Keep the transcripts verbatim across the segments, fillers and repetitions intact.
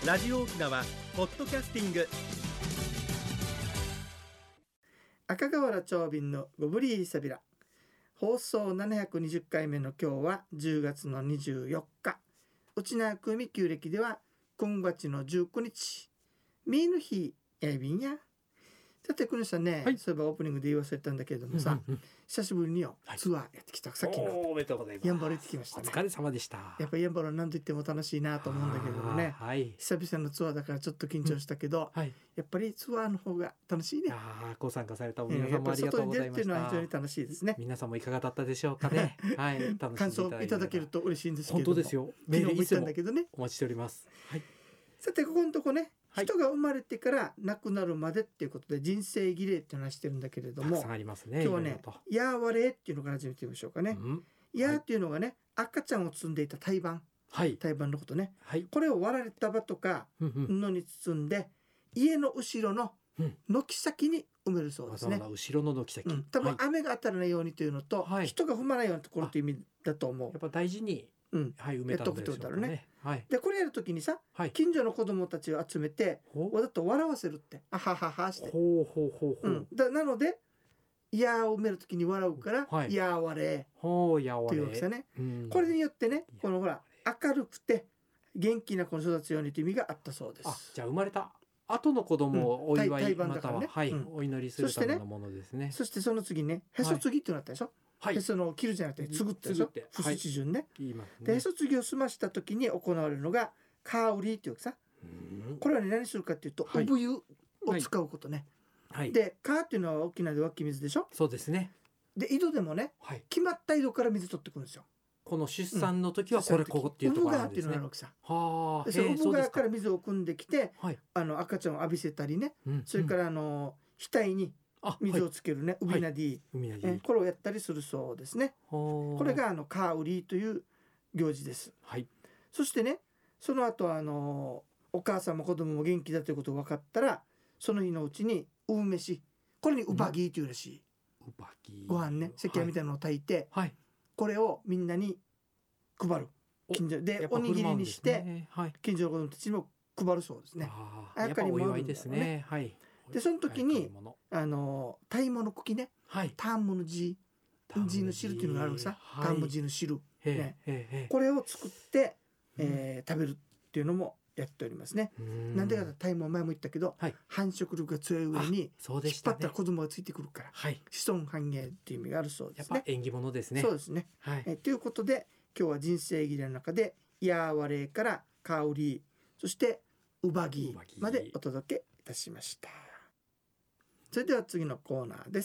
ラジオ沖縄ポッドキャスティング、 赤瓦長瓶のゴブリーサビラ、放送ななひゃくにじゅっかいめの今日はじゅうがつのにじゅうよっか、うちなくみ旧暦ではくんがつのじゅうくにち、みーの日やいびんや。さて、くにさんね、 はい、 そういえばオープニングで言わせたんだけれどもさ、 うんうんうん、 久しぶりによ、 はい、 ツアーやってきた。さっきのおめでとうございます。 やんばる行ってきましたね。 お疲れ様でした。 やっぱりやんばるは何と言っても楽しいなと思うんだけどもね、 はい、 久々のツアーだからちょっと緊張したけど、 うんはい、 やっぱりツアーの方が楽しいね。 あ、ご参加された皆さんもありがとうございました。 やっぱり外に出るっていうのは非常に楽しいですね。 皆さんもいかがだったでしょうかね。はい、楽しんでいただいて感想いただけると嬉しいんですけれども。 本当ですよ。メールいつもお待ちしております。はい、 さて、ここのとこね、 はい、 人が生まれてから亡くなるまでっていうことで人生儀礼って話してるんだけれども、 たくさんありますね。 今日はね、やわれっていうのから始めてみましょうかね。 うん、 やっていうのがね、はい、赤ちゃんを積んでいた胎盤、はい、胎盤のことね、はい、これを割られた束とか布に包んで家の後ろの軒先に埋めるそうですね。 わざわざ後ろの軒先、うん、 多分雨が当たらないようにというのと、はい、人が踏まないようなところという意味だと思う。 やっぱ大事に、うん、はい、埋めたんでしょうかね。はい、 でこれやるときにさ、はい、近所の子供たちを集めてわざと笑わせるって、あはははして、 ほうほうほうほう、うん、 だなのでいやを埋めるときに笑うから、はい、やわれほうやわれというわけですね、うん、これによってね、このほら明るくて元気な子に育つようにという意味があったそうです。 あ、じゃあ生まれた後の子供をお祝い、うん、または、ね、はい、うん、お祈りするためのものですね。 そしてその次ね、へそ継ぎってなったでしょ。はい、へその切るじゃなくて継ぐってでしょ。不死順ね。はい、ねでへそ継ぎを済ました時に行われるのがカウリーっていうさ、うん、これは、ね、何するかっていうと、はい、産湯を使うことね。はい、でカーっていうのは大きなで湧き水でしょ。 そうですね。 で井戸でもね、はい、決まった井戸から水取ってくるんですよ。 この出産の時はこれ、うん、ここっていうところなんですね。 産川っていうのがあるわけさ。はあ、その産川から水を汲んできて、はい、あの赤ちゃんを浴びせたりね、うん、それからあの額に水をつけるね、ウビナディ、はい、これをやったりするそうですね。これがあのカウリーという行事です。はい、そしてね、その後あのお母さんも子供も元気だということが分かったら、その日のうちにウメシ、これにウバギーというらしい、うん、ウバギーご飯ね、赤飯みたいなのを炊いて、はい、これをみんなに配る。近所でおにぎりにして、ね、はい、近所の子供たちにも配るそうですね。 あ、やっぱりお祝いですね。はい。 でその時にあのタイモの茎ね、はい、タンムの字、字の汁っていうのがあるさ、はい、タンム字の汁、ね、これを作って、えー、食べるっていうのもやっておりますね。なんでかとタイムは前も言ったけど、はい、繁殖力が強い上に引っ張ったら子供がついてくるから、はい、子孫繁栄っていう意味があるそうですね。 やっぱ縁起物ですね。 そうですね。はい、えということで今日は人生儀礼の中でヤーワレーからカウリー、そしてウバギーまでお届けいたしました。それでは次のコーナーです。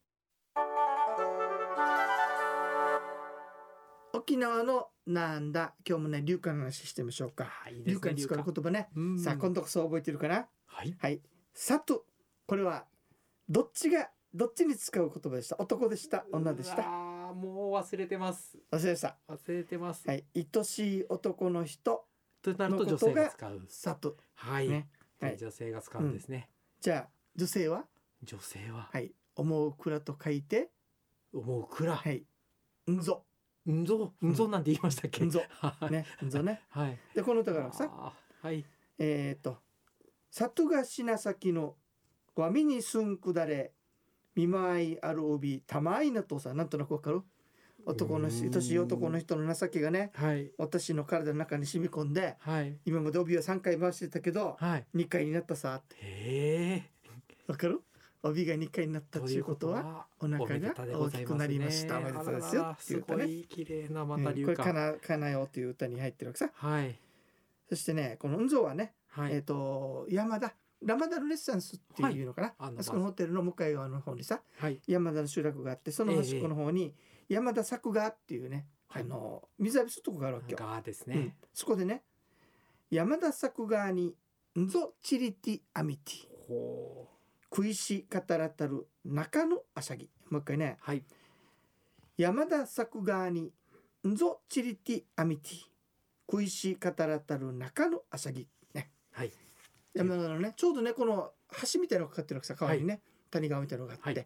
沖縄のなんだ、今日もね流歌の話してみましょうか。流歌に使う言葉ね。さあ今度こそ覚えてるかな。はい、はい、サト、これはどっちがどっちに使う言葉でした。男でした、女でした。 あ、もう忘れてます。 忘れました。 忘れてます。 はい、愛しい男の人となると女性が使う。 サト、 はい、ね、はい、女性が使うんですね。 うん、じゃあ女性は女性は、 はい、思う蔵と書いて思う蔵、 はい、んぞんぞんぞなんて言いましたっけ。 んぞね、んぞね。はい。でこの歌からさ、はい、えっと里が品先のわみにすんくだれ見舞いある帯たまいなとさ、なんとなくわかる。男の人、愛しい男の人の情けがね、はい、私の体の中に染み込んで、はい、今まで帯はさんかい回してたけど、はい、にかいになったさって。へえ。わかる？帯がにかいになったということはお腹が大きくなりました。おめでとうですよっていう歌ね。すごい綺麗なまた流歌、うん、これかなかなよという歌に入ってるわけさ。はい。そしてね、この運蔵はね、はい、えっ、ー、と山田ラマダルネッサンスっていうのかな、はい、あそこのホテルの向かい側の方にさ、はい、山田の集落があって、その端っこの方に山田作川っていうね、えー、あの水浴びするとこがあるわけよ。川ですね、うん。そこでね、山田作川にんぞチリティアミティ。ほう。食いし語らたる中のあしゃぎ。もう一回ね、はい、山田作川にんぞチリティアミティ食いし語らたる中のあしゃぎね、はい、山田のね、ちょうどねこの橋みたいなのがかかってるわけさ、川にね、はい、谷川みたいなのがあって、はい、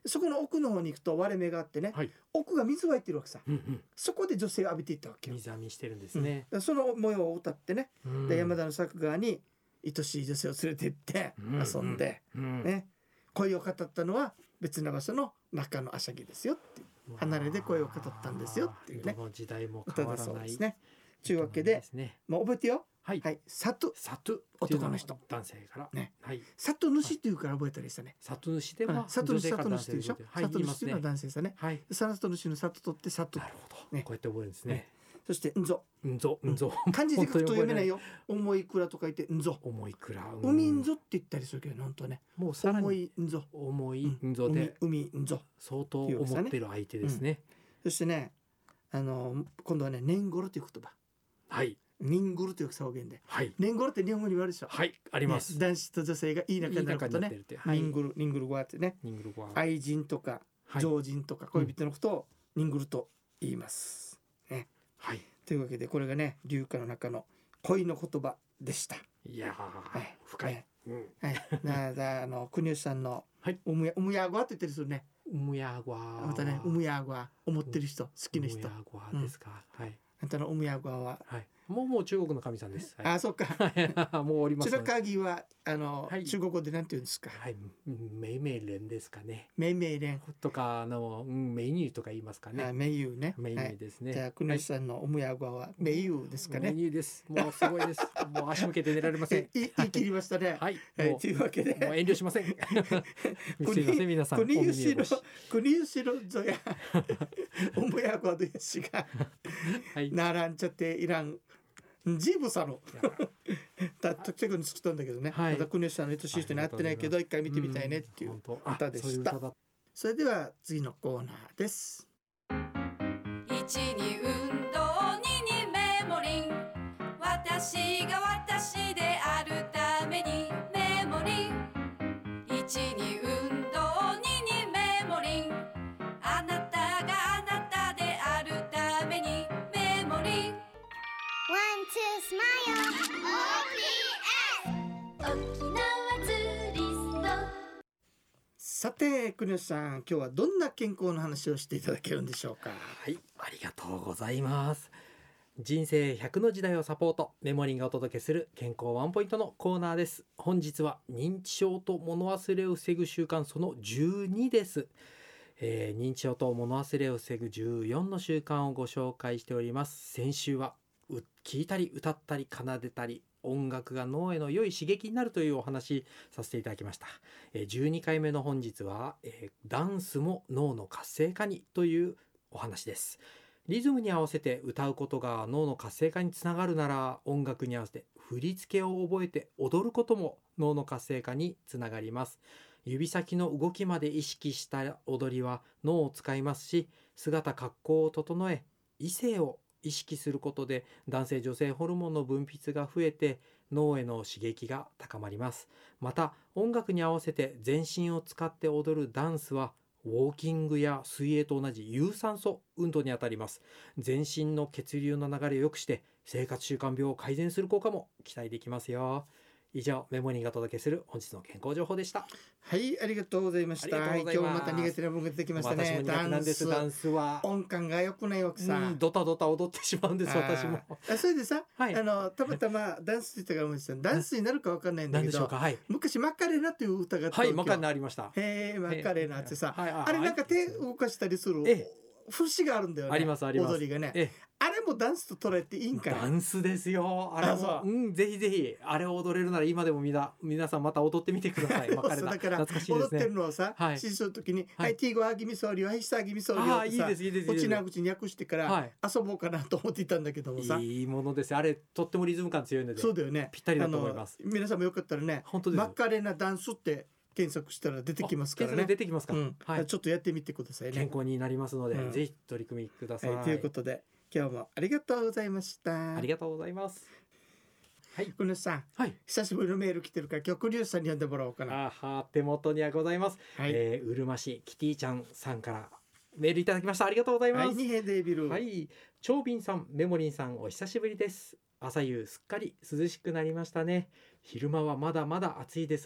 そこの奥の方に行くと割れ目があってね、 はい、 奥が水湧いてるわけさ、 うんうん、 そこで女性を浴びていったわけよ。 水浴びしてるんですね、 うん、その模様を歌ってね、 うん、 で山田の作川に愛しい女性を連れて行って遊んで、うんうん、ね、恋を語ったのは別な場所の中のあしゃぎですよっていう、離れで恋を語ったんですよっていうね、 どの時代も変わらない歌ですね。というわけで、ね、まあ、覚えてよ、はい、はい、里里男の人、 男性からね、 はい、 里主っていうから覚えたりしたね。 里主では里主里主っていうでしょ、はい、里主っていうのは男性さね、はい、里主の里取って里、 なるほど、ね、こうやって覚えるんですね、ね。 そしてんぞんぞんぞ、 漢字で書くと読めないよ。重い蔵と書いてんぞ、 重い蔵、 海んぞって言ったりするけど、本当ね、 もうさらに重いんぞ、 重いんぞで、 海んぞ、 相当思ってる相手ですね。 そしてね、あの今度はね、年頃という言葉、 はい、 年頃という表現で、 はい、 年頃って日本語に言われるでしょ。 はい、あります、 ね、男子と女性がいい仲になることね、年頃、年頃語ってね、愛人とか常人とか恋人のことを年頃と言いますね。はい、というわけでこれがね、流歌の中の恋の言葉でした。 いやー、はい、深い、ね、 うん、はい、なだあの国吉さんのうむやうむやごわって言ったりするね。 うむやごわ、 またね、うむやごわ思ってる人、好きな人、うむやごわですか、うん、はい、 あんたのうむやごわは、はい、 もうもう中国の神さんです。 はい、あ、そっか。 もうおります、ね。 白鍵はあの、はい、中国語でなんて言うんですか。 はい、メイメイレンですかね。 メイメイレンとかあのメニューとか言いますかね。 あ、メニューね。 メニューですね。 はい、じゃあ国吉さんのおむやごはメニューですかね。 メニューです。もうすごいです。もう足向けて寝られません。 言い切りましたね。 はい。 はい、というわけでもう遠慮しません。すいません皆さん。 国吉の国吉のぞやおむやごでしが、はい、ならんちゃっていらん。ジーブさのた結構に作ったんだけどね、はい、また国吉さんの愛しい人に会ってないけど一回見てみたいねっていう歌でした。うん、それでは次のコーナーです。 いちに運動、ににメモリン、私が私であるためにメモリン、いちに運動、ににメモリン、あなたがあなたであるためにメモリン、ワンツースマイル オーピーエス 沖縄ツーリスト。 さて国吉さん、今日はどんな健康の話をしていただけるんでしょうか。 はい、ありがとうございます。人生ひゃくの時代をサポート、メモリンがお届けする健康ワンポイントのコーナーです。本日は認知症と物忘れを防ぐ習慣そのじゅうにです。えー、認知症と物忘れを防ぐじゅうよんの習慣をご紹介しております。先週は聴いたり歌ったり奏でたり音楽が脳への良い刺激になるというお話させていただきました。じゅうにかいめの本日は、えー、ダンスも脳の活性化にというお話です。リズムに合わせて歌うことが脳の活性化につながるなら、音楽に合わせて振り付けを覚えて踊ることも脳の活性化につながります。指先の動きまで意識した踊りは脳を使いますし、姿格好を整え異性を意識することで男性女性ホルモンの分泌が増えて脳への刺激が高まります。また音楽に合わせて全身を使って踊るダンスはウォーキングや水泳と同じ有酸素運動にあたります。全身の血流の流れを良くして生活習慣病を改善する効果も期待できますよ。以上、メモリーがお届けする本日の健康情報でした。 はい、ありがとうございました。はい、今日もまた苦手な部分が出てきましたね。 私も苦手なんです。ダンスは音感が良くないわけさ、うん、 ドタドタ踊ってしまうんです。私もあ、それでさ、はい、あのたまたまダンスって言ったから思うんですよ。ダンスになるか分かんないんだけど、はい、昔マカレナという歌があった。 はい、マカレナありました。 へえ、マカレナってさ、はい、あれなんか手動かしたりする節があるんだよね。 ありますあります。 踊りがね、ええ、あれもダンスと捉えていいんかな。 ダンスですよ。あれも、うん、ぜひぜひあれを踊れるなら今でもみな皆さんまた踊ってみてください。マカレナだから懐かしいですね。 踊ってるのをさ、はい、指示するときに、はい、はい、ティーゴアギミソーリオ、はい下ギミソーリオってさ、いいですいいです。 うちな口に訳してから、はい、遊ぼうかなと思っていたんだけどもさ、 いいものです。あれとってもリズム感強いので、 そうだよね。 ぴったりだと思います。 皆さんもよかったらね、 本当です。 マカレナダンスって検索したら出てきますからね。 出てきますか、うん、 はい、ちょっとやってみてくださいね。 健康になりますので、うん、ぜひ取り組みください。 はい、ということで今日もありがとうございました。 ありがとうございます。 はい、国吉さん、はい、久しぶりのメール来てるから今日国吉さんに読んでもらおうかな。 あは、手元にはございます。はい、えー、うるま市キティちゃんさんからメールいただきました。ありがとうございます。 はい、にへデービル。 はい、長瓶さん、メモリンさん、お久しぶりです。朝夕すっかり涼しくなりましたね。昼間はまだまだ暑いですが、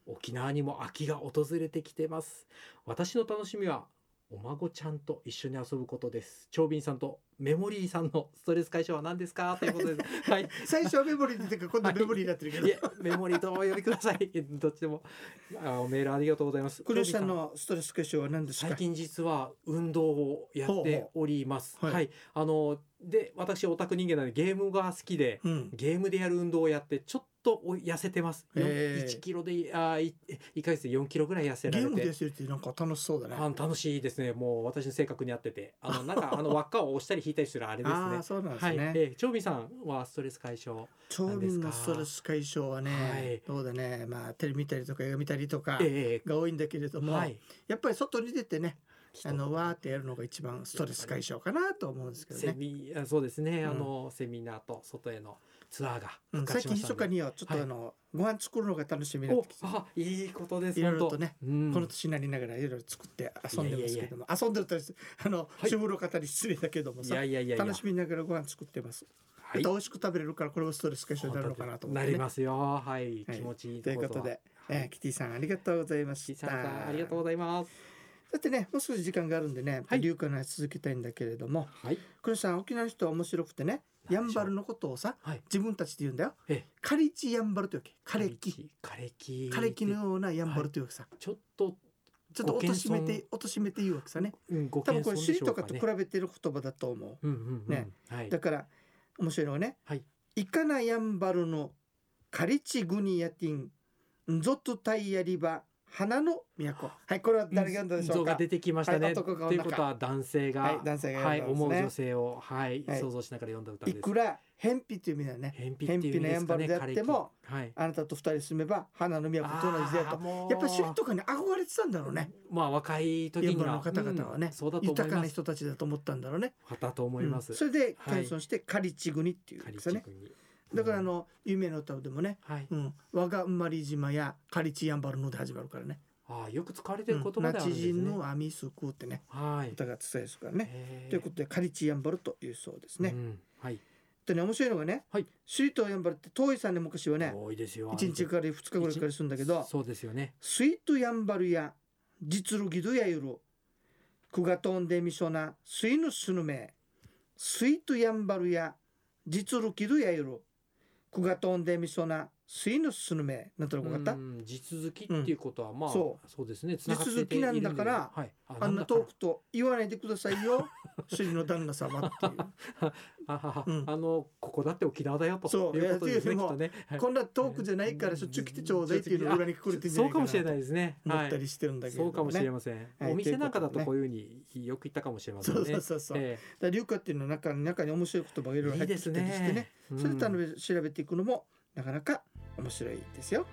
沖縄にも秋が訪れてきてます。私の楽しみはお孫ちゃんと一緒に遊ぶことです。長瓶さんとメモリーさんのストレス解消は何ですかということです。はい。 最初はメモリーって言って今度メモリーになってるけど、 はい、いやメモリーとお呼びください。どっちでも。あメールありがとうございます。 黒石さんのストレス解消は何ですか？ 最近実は運動をやっております。ほうほうはい、はい。あので私オタク人間なのでゲームが好きで、うん、ゲームでやる運動をやってちょっと痩せてます。いちキロであいっかげつでよんキロぐらい痩せられて。 ゲームで痩せるってなんか楽しそうだね。 あ楽しいですね。もう私の性格に合ってて、あのなんかあの輪っかを押したり引いたりするあれですね。 あそうなんですね。はい、 えー、長瓶さんはストレス解消長瓶のストレス解消はね、はい、そうだね。まあテレビ見たりとか映画見たりとかが多いんだけれども、はい、やっぱり外に出てね。あのわーってやるのが一番ストレス解消かなと思うんですけどね。 セミそうですね、うん、あのセミナーと外へのツアーが復活しましたので、うん、最近密かにはちょっとあの、はい、ご飯作るのが楽しみになってきて、 あいいことです。 いろいろとね、うん、この年になりながらいろいろ作って遊んでますけども、いやいやいや遊んでるとあの、はい、主婦の方に失礼だけどもさ、いやいやいやいや楽しみながらご飯作ってます。はい、美味しく食べれるからこれもストレス解消になるのかなと思って、ね、 なりますよ。はい、気持ちいいということで、えー、キティさんありがとうございました。 キティさんありがとうございます。 だってねもう少し時間があるんでね、はい、流化の話続けたいんだけれども、はい、黒さん沖縄の人は面白くてねやんばるのことをさ、はい、自分たちで言うんだよ。カリチやんばるというわけ。枯れ木枯れ木枯れ木のようなやんばるというわけさ、はい、 ちょっとちょっと落としめて落としめて言うわけさね、うん、多分これ首里とかと比べてる言葉だと思う、うんうんうんねはい、だから面白いのはね、はい、いかなやんばるのカリチグニヤティンンゾトタイヤリバ花の都。はい、これは誰が読んだでしょうか。 像が出てきましたね。ということは男性が、はい、男性が、ねはい、思う女性を、はいはい、想像しながら読んだ歌です。 いくら偏僻という意味だね。偏僻なやんばるであっても、はい、あなたと二人住めば花の都と同じだと。やっぱり首里とかに憧れてたんだろうね。 まあ若い時にはやんばるの方々はね、うん、そうだと思います。豊かな人たちだと思ったんだろうね。 だと思います。 うん、それで謙遜してカリチグニっていうんですよね。だからあの有名な歌でもね、はいうん、我が生まれ島やカリチやんばるので始まるからね。 ああよく使われてる言葉であるんですね。ナチジンのアミスクってね、はい、歌が伝えですからね。ということでカリチやんばるというそうですね。うん、はい。でね面白いのがね、はい、首里とやんばるって遠いさんで昔はね、 遠いですよ。 いちにちからふつかぐらいからするんだけど、 そうですよね。 スイートやんばるや実るぎどやゆるくがとんでみそなスイヌスヌメスイートやんばるや実るぎどやゆるくがとんでみそなスイヌスヌメなんとなく分かった？ 地続きっていうことは、うん、まあそう、そうですね。 地続きなんだから、はい、あ, あんな遠くと言わないでくださいよ首里の旦那様っていうあ、うん、あのここだって沖縄だよとそういうことですね。きっとねこんな遠くじゃないからしょっちゅう来てちょうだいっていうの裏に来るってんじゃないかなとそうかもしれないですね。思ったりしてるんだけど、ね、 そうかもしれません、はい、お店なんかだとこういうふうによく言ったかもしれませんね。 そうそうそうそう、えー、だ流化っていうのは中に中に面白い言葉がいろいろ入ってきたりしてね、いいね、うん、それと調べていくのもなかなか面白いですよ、うん、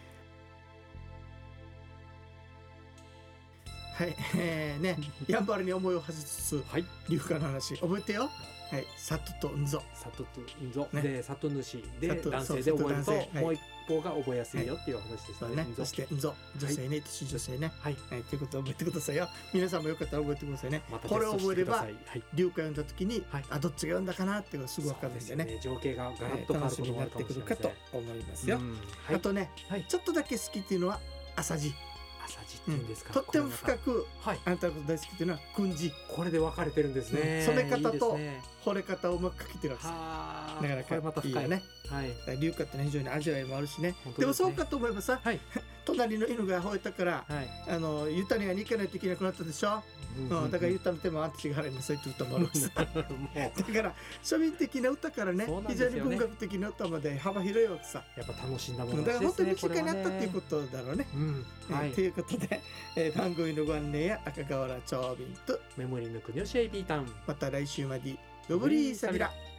はい、えー、ねやんばるに思いを馳せつつ、はい、流化の話覚えてよ。はい、里とんぞ里とんぞ、ね、で里主で男性で覚えると、はい、もう一方が覚えやすいよっていう話ですね、はい、 ねそしてんぞ女性ね、年女性ね、はいはい、ということを覚えてくださいよ。皆さんもよかったら覚えてくださいね、ま、これを覚えれば、はい、流化読んだ時に、はい、あどっちが読んだかなっていうのがすぐ分かるんでね、 ね情景がガラッと変わることもあるかもしれません、 楽しみになってくるかと思いますよ、うんはい、あとね、はい、ちょっとだけ好きっていうのは朝字朝字っていうんですか、 うん、とっても深く、はい、あなたのこと大好きっていうのは訓字。 これで分かれてるんですね、 うん、染め方と惚れ方をうまくかけてるわけです。なかなかいいよね。これまた深いね、はい、流化ってね非常に味わいもあるし ね, ねでもそうかと思えばさ、はい、隣の犬が吠えたから、はい、あのユタには行かないといけなくなったでしょ、うんうんうん、だからユタの手もあんたちが払いなさいって歌もあるしさだから庶民的な歌から ね, ね非常に文学的な歌まで幅広いわけさ。 やっぱ楽しんだものですね。 だから本当に身近になったっていうことだろうね、うんはい、ということで、えー、番組のご案内や赤瓦長瓶とメモリーの国吉エイビータウン、 また来週までごぶりーさびら。